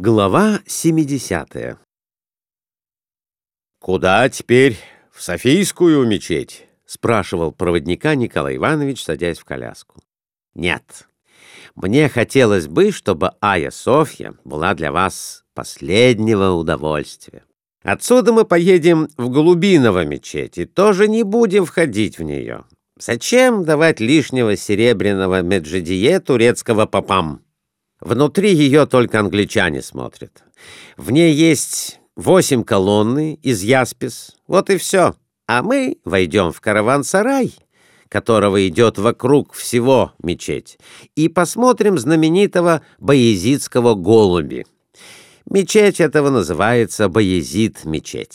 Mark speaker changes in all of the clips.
Speaker 1: Глава 70. «Куда теперь? В Софийскую мечеть?» — спрашивал проводника Николай Иванович, садясь в коляску. «Нет, мне хотелось бы, чтобы Айя Софья была для вас последнего удовольствия. Отсюда мы поедем в Голубиново мечеть и тоже не будем входить в нее. Зачем давать лишнего серебряного меджидие турецкого попам? Внутри ее только англичане смотрят. В ней есть 8 колонны из яспис. Вот и все. А мы войдем в караван-сарай, которого идет вокруг всего мечеть, и посмотрим знаменитого Баязидского голуби. Мечеть этого называется Баязид-мечеть».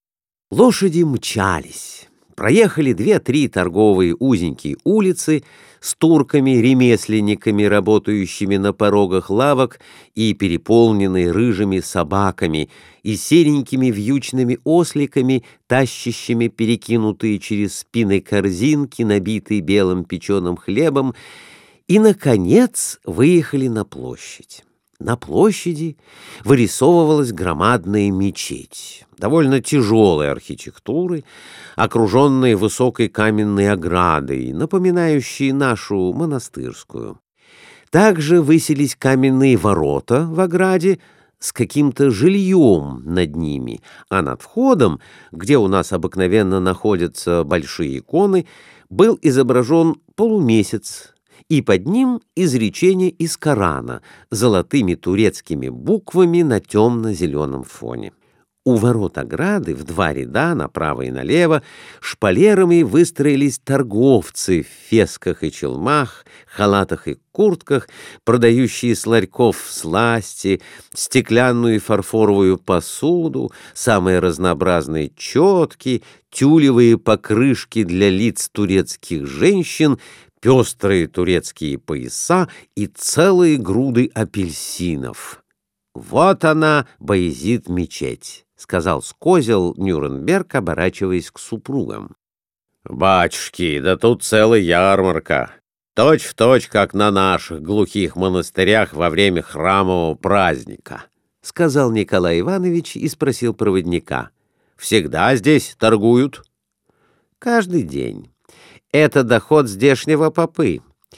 Speaker 1: Лошади мчались. Проехали 2-3 торговые узенькие улицы с турками-ремесленниками, работающими на порогах лавок и переполненные рыжими собаками и серенькими вьючными осликами, тащащими перекинутые через спины корзинки, набитые белым печеным хлебом, и, наконец, выехали на площадь. На площади вырисовывалась громадная мечеть, довольно тяжелой архитектуры, окруженная высокой каменной оградой, напоминающей нашу монастырскую. Также высились каменные ворота в ограде с каким-то жильем над ними, а над входом, где у нас обыкновенно находятся большие иконы, был изображен полумесяц, и под ним изречение из Корана золотыми турецкими буквами на темно-зеленом фоне. У ворот ограды в 2 ряда направо и налево шпалерами выстроились торговцы в фесках и челмах, халатах и куртках, продающие с ларьков сласти, стеклянную и фарфоровую посуду, самые разнообразные четки, тюлевые покрышки для лиц турецких женщин, пестрые турецкие пояса и целые груды апельсинов. «Вот она, Баязид-мечеть», — сказал с козел Нюрнберг, оборачиваясь к супругам. «Батюшки, да тут целая ярмарка, точь-в-точь, как на наших глухих монастырях во время храмового праздника», — сказал Николай Иванович и спросил проводника. «Всегда здесь торгуют?» «Каждый день. Это доход здешнего попы.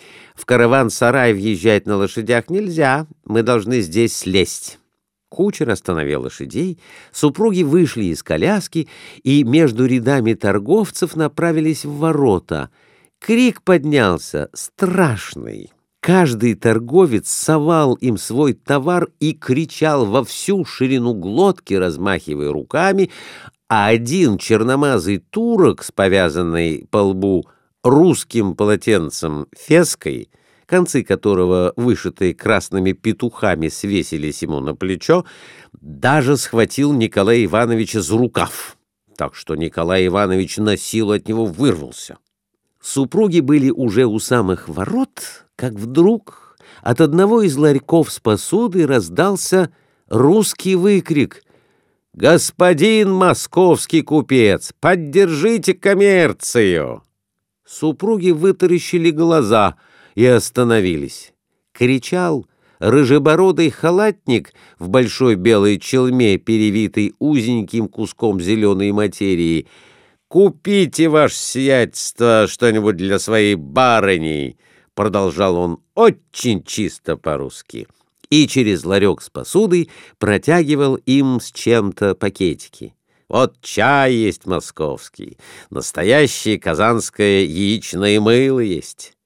Speaker 1: В караван-сарай въезжать на лошадях нельзя, мы должны здесь слезть». Кучер остановил лошадей, супруги вышли из коляски и между рядами торговцев направились в ворота. Крик поднялся страшный. Каждый торговец совал им свой товар и кричал во всю ширину глотки, размахивая руками, а один черномазый турок с повязанной по лбу русским полотенцем феской, концы которого, вышитые красными петухами, свесились ему на плечо, даже схватил Николая Ивановича за рукав, так что Николай Иванович на силу от него вырвался. Супруги были уже у самых ворот, как вдруг от одного из ларьков с посудой раздался русский выкрик: «Господин московский купец, поддержите коммерцию!» Супруги вытаращили глаза и остановились. Кричал рыжебородый халатник в большой белой челме, перевитой узеньким куском зеленой материи: «Купите, ваше сиятельство, что-нибудь для своей барыни!» — продолжал он очень чисто по-русски, и через ларек с посудой протягивал им с чем-то пакетики. «Вот чай есть московский, настоящее казанское яичное мыло есть».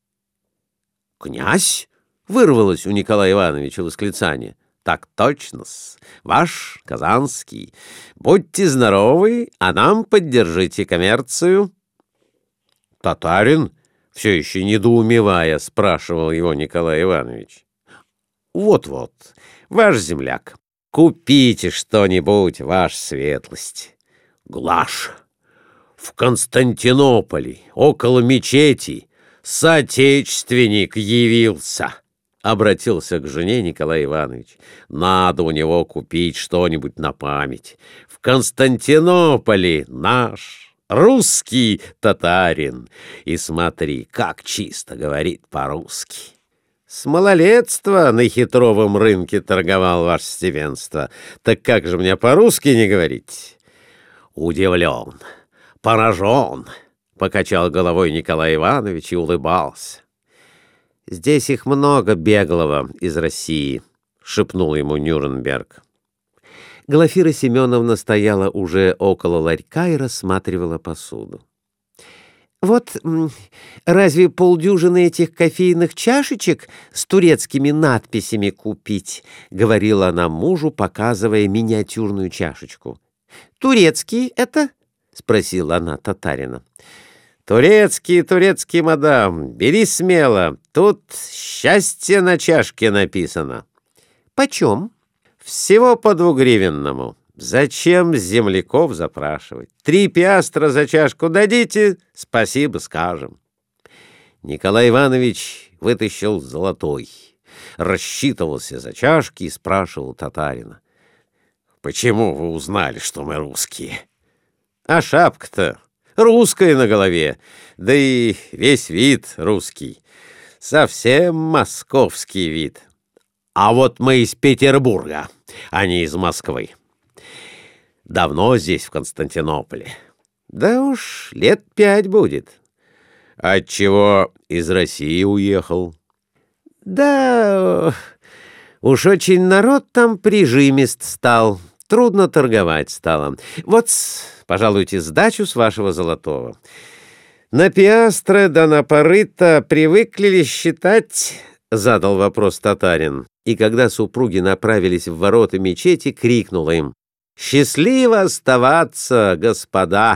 Speaker 1: «Князь?» — вырвалось у Николая Ивановича восклицание. «Так точно-с, ваш казанский. Будьте здоровы, а нам поддержите коммерцию». «Татарин?» — все еще недоумевая, спрашивал его Николай Иванович. «Вот-вот, ваш земляк. Купите что-нибудь, ваша светлость». «Глаш, в Константинополе, около мечети, соотечественник явился», — обратился к жене Николай Иванович. «Надо у него купить что-нибудь на память. В Константинополе наш русский татарин. И смотри, как чисто говорит по-русски». С малолетства на хитровом рынке торговал, ваше степенство. Так как же мне по-русски не говорить? Удивлен, поражен, покачал головой Николай Иванович и улыбался. Здесь их много беглого из России, шепнул ему Нюрнберг. Глафира Семеновна стояла уже около ларька и рассматривала посуду. «Вот разве полдюжины этих кофейных чашечек с турецкими надписями купить?» — говорила она мужу, показывая миниатюрную чашечку. «Турецкие это?» — спросила она татарина. «Турецкие, турецкие, мадам, бери смело. Тут счастье на чашке написано». «Почем?» «Всего по 2-гривенному. Зачем земляков запрашивать? 3 пиастра за чашку дадите, спасибо скажем». Николай Иванович вытащил золотой, рассчитывался за чашки и спрашивал татарина: «Почему вы узнали, что мы русские?» «А шапка-то русская на голове, да и весь вид русский, совсем московский вид. А вот мы из Петербурга, а не из Москвы. Давно здесь, в Константинополе. Да уж 5 лет будет». «Отчего из России уехал?» «Да уж очень народ там прижимист стал, трудно торговать стало. Вот, пожалуйте, сдачу с вашего золотого. На пиастры да на поры-то привыкли ли считать?» — задал вопрос татарин. И когда супруги направились в ворота мечети, крикнула им: «Счастливо оставаться, господа!»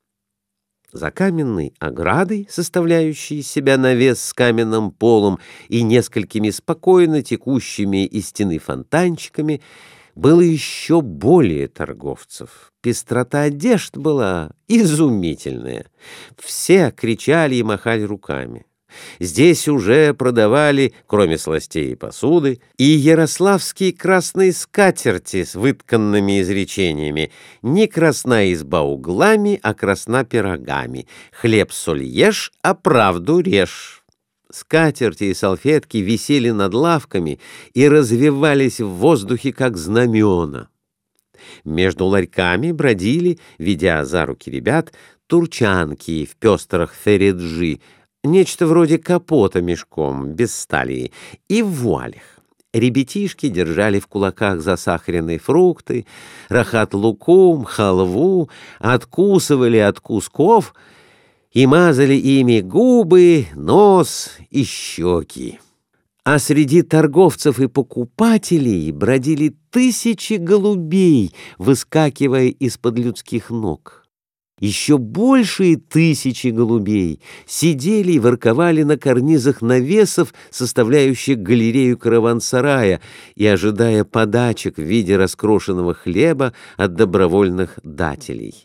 Speaker 1: За каменной оградой, составляющей из себя навес с каменным полом и несколькими спокойно текущими из стены фонтанчиками, было еще более торговцев. Пестрота одежд была изумительная. Все кричали и махали руками. Здесь уже продавали, кроме сластей и посуды, и ярославские красные скатерти с вытканными изречениями: «Не красна изба углами, а красна пирогами. Хлеб-соль ешь, а правду режь». Скатерти и салфетки висели над лавками и развевались в воздухе, как знамена. Между ларьками бродили, ведя за руки ребят, турчанки в пестрых фереджи, нечто вроде капота мешком, без стали, и в вуалях. Ребятишки держали в кулаках засахаренные фрукты, рахат-лукум, халву, откусывали от кусков и мазали ими губы, нос и щеки. А среди торговцев и покупателей бродили тысячи голубей, выскакивая из-под людских ног. Еще большие тысячи голубей сидели и ворковали на карнизах навесов, составляющих галерею караван-сарая, и ожидая подачек в виде раскрошенного хлеба от добровольных дателей.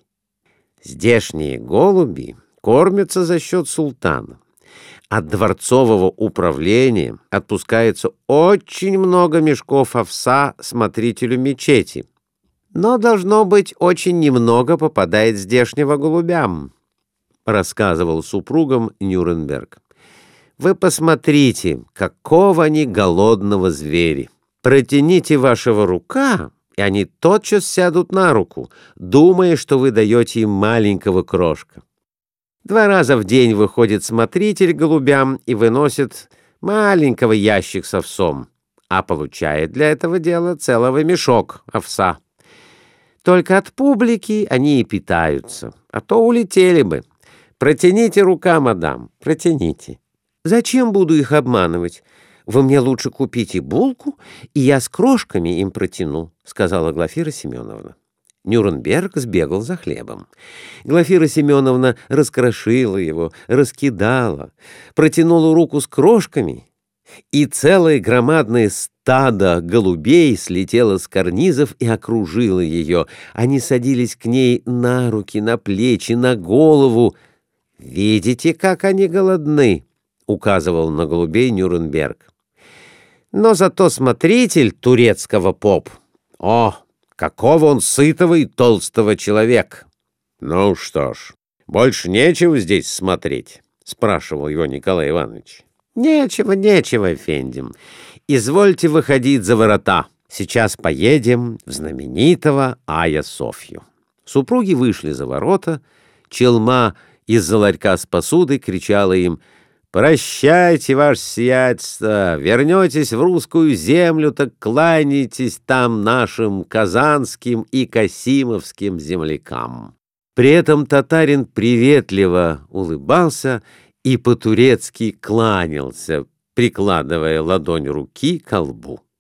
Speaker 1: Здешние голуби кормятся за счет султана. От дворцового управления отпускается очень много мешков овса смотрителю мечети. Но, должно быть, очень немного попадает здешнего голубям, — рассказывал супругам Нюрнберг. Вы посмотрите, какого они голодного звери. Протяните вашего рука, и они тотчас сядут на руку, думая, что вы даете им маленького крошка. 2 раза в день выходит смотритель голубям и выносит маленького ящик с овсом, а получает для этого дела целый мешок овса. Только от публики они и питаются, а то улетели бы. Протяните рука, мадам, протяните. Зачем буду их обманывать? Вы мне лучше купите булку, и я с крошками им протяну, — сказала Глафира Семеновна. Нюрнберг сбегал за хлебом. Глафира Семеновна раскрошила его, раскидала, протянула руку с крошками, и целое громадное стадо голубей слетело с карнизов и окружило ее. Они садились к ней на руки, на плечи, на голову. «Видите, как они голодны?» — указывал на голубей Нюрнберг. «Но зато смотритель турецкого поп, о, какого он сытого и толстого человек!» «Ну что ж, больше нечего здесь смотреть?» — спрашивал его Николай Иванович. Нечего, нечего, эфендим. Извольте выходить за ворота. Сейчас поедем в знаменитого Айя-Софью. Супруги вышли за ворота. Челма из-за ларька с посудой кричала им: «Прощайте, ваше сиятельство! Вернетесь в русскую землю, так кланяйтесь там нашим казанским и касимовским землякам». При этом татарин приветливо улыбался и по-турецки кланялся, прикладывая ладонь руки к колбу.